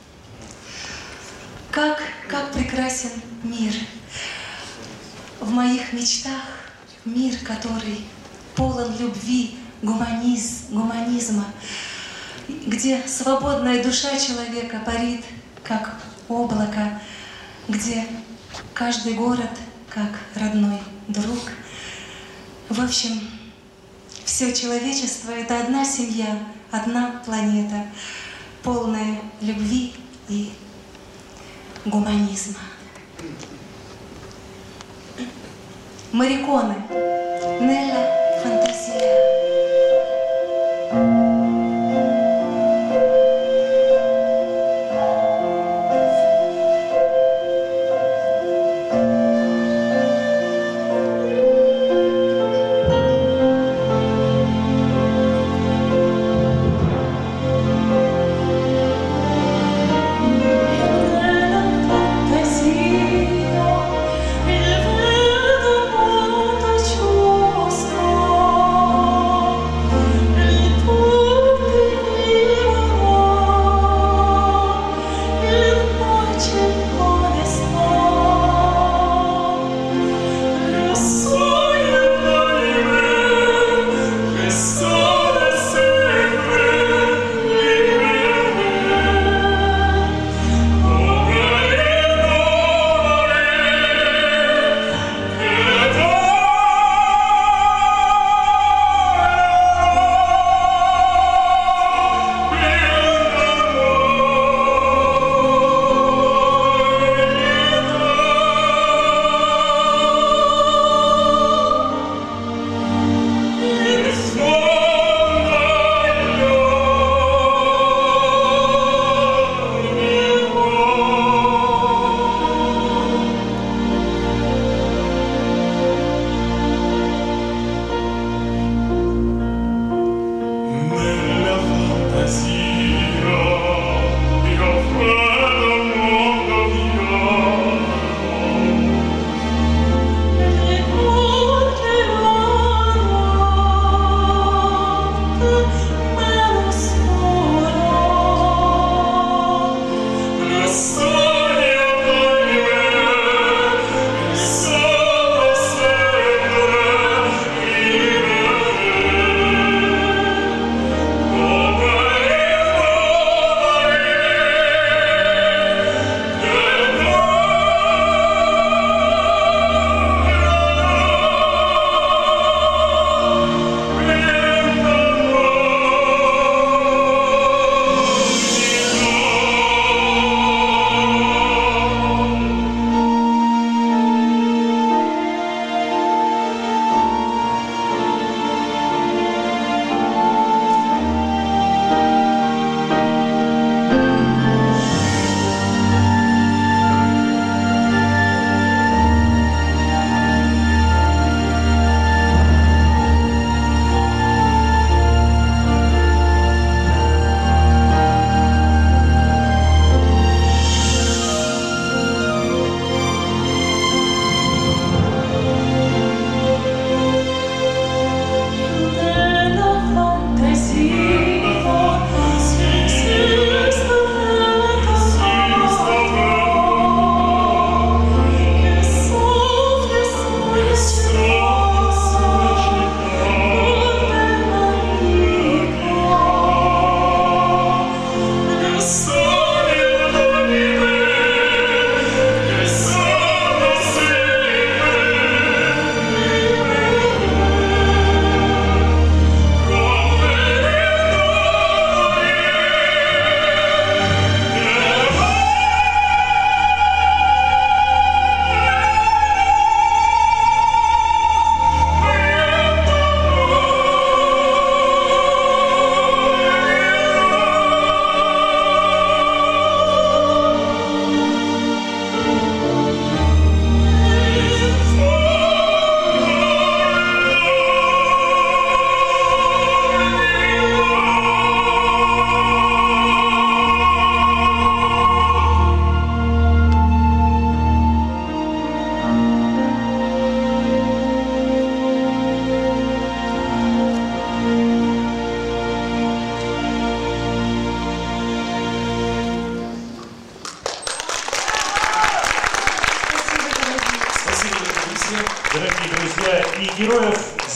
как, как прекрасен мир. В моих мечтах мир, который полон любви, гуманиз, гуманизма, где свободная душа человека парит, как облако, где каждый город, как родной друг. В общем, все человечество — это одна семья, одна планета, полная любви и гуманизма. Морриконе. Нелля «Фантазия». Il vedo molto giusto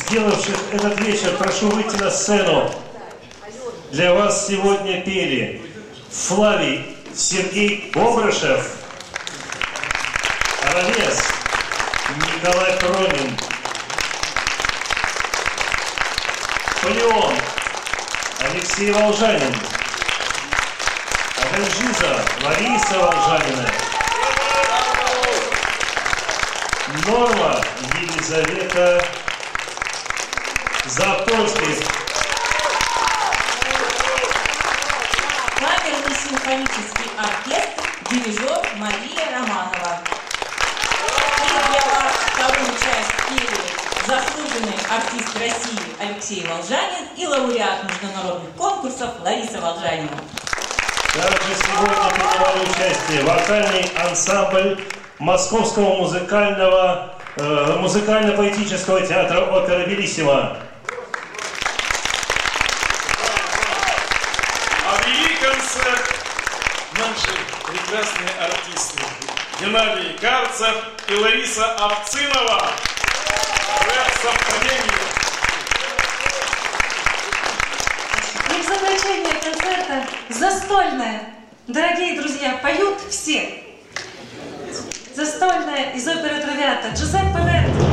сделавших этот вечер, прошу выйти на сцену. Для вас сегодня пели Флавий Сергей Бобрышев, Аравес Николай Пронин, Полеон Алексей Волжанин, Аганжиза Лариса Волжанина, Норма Елизавета Запольский. Камерный симфонический оркестр, дирижер Мария Романова. И для вас вторую часть пели заслуженный артист России Алексей Волжанин и лауреат международных конкурсов Лариса Волжанина. Также сегодня принимали участие вокальный ансамбль Московского музыкального, э, музыкально-поэтического театра опера «Белиссимо». А вели концерт наши прекрасные артисты Геннадий Карцев и Лариса Овцинова. И в заключение концерта застольная. Дорогие друзья, поют все. Застольная из оперы «Травиата» Джузеппе Верди.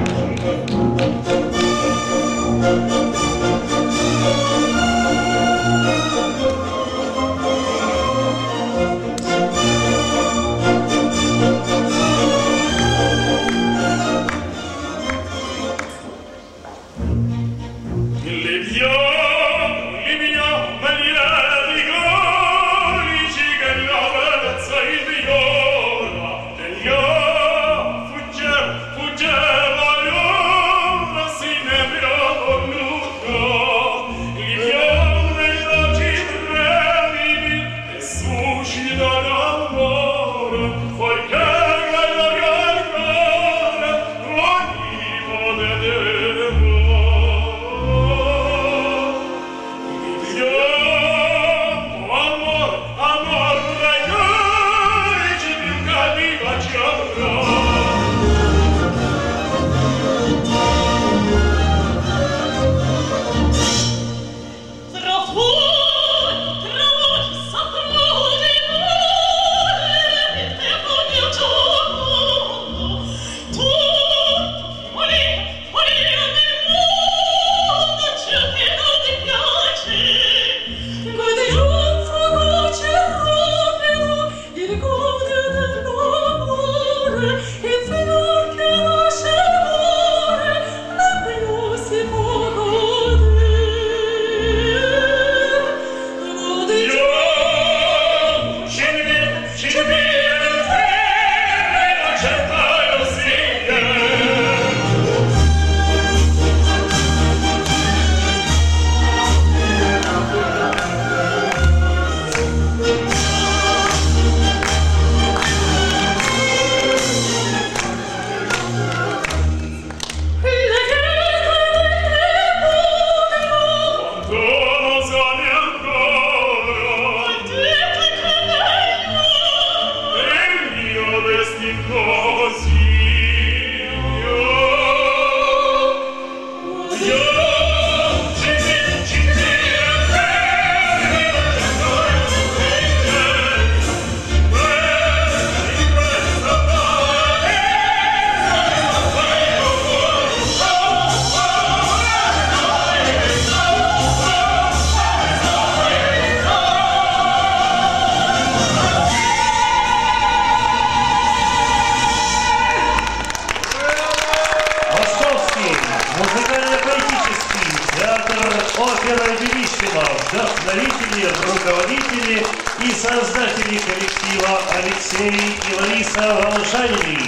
опера «Белиссимо», вдохновители, руководители и создатели коллектива Алексей и Лариса Волжанины.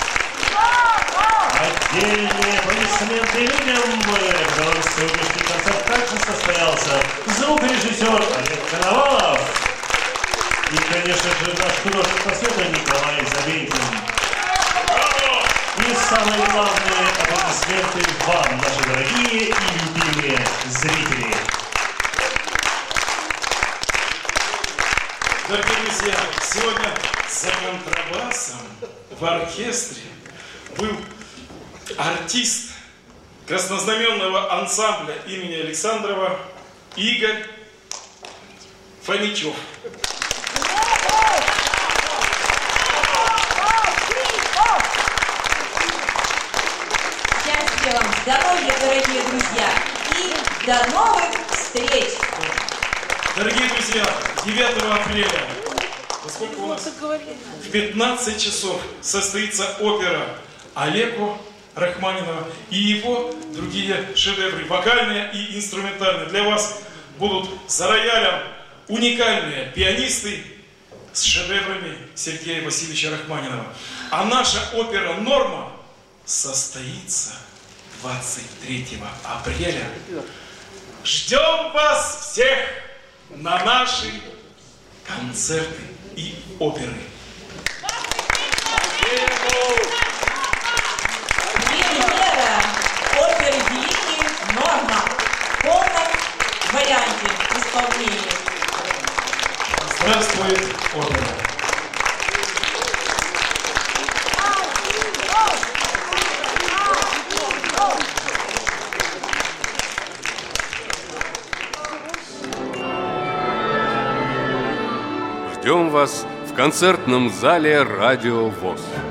Отдельные аплодисменты людям, потому что сегодняшний концерт также состоялся. Звукорежиссер Олег Коновалов и, конечно же, наш художник по свету Николай Забейкин. И самые главные аплодисменты вам, наши дорогие и любимые зрители. Дорогие друзья, сегодня за контрабасом в оркестре был артист, краснознаменного ансамбля имени Александрова Игорь Фомичев. Счастья вам, здоровья, дорогие друзья, и до новых встреч! Дорогие друзья, девятого апреля, поскольку у нас в пятнадцать часов состоится опера Алеко Рахманинова и его другие шедевры, вокальные и инструментальные. Для вас будут за роялем уникальные пианисты с шедеврами Сергея Васильевича Рахманинова. А наша опера «Норма» состоится двадцать третьего апреля. Ждем вас всех на наши концерты и оперы. Премьера оперы Беллини «Норма» в полном варианте исполнения. Здравствует опера! Ждем вас в концертном зале «Радио ВОС».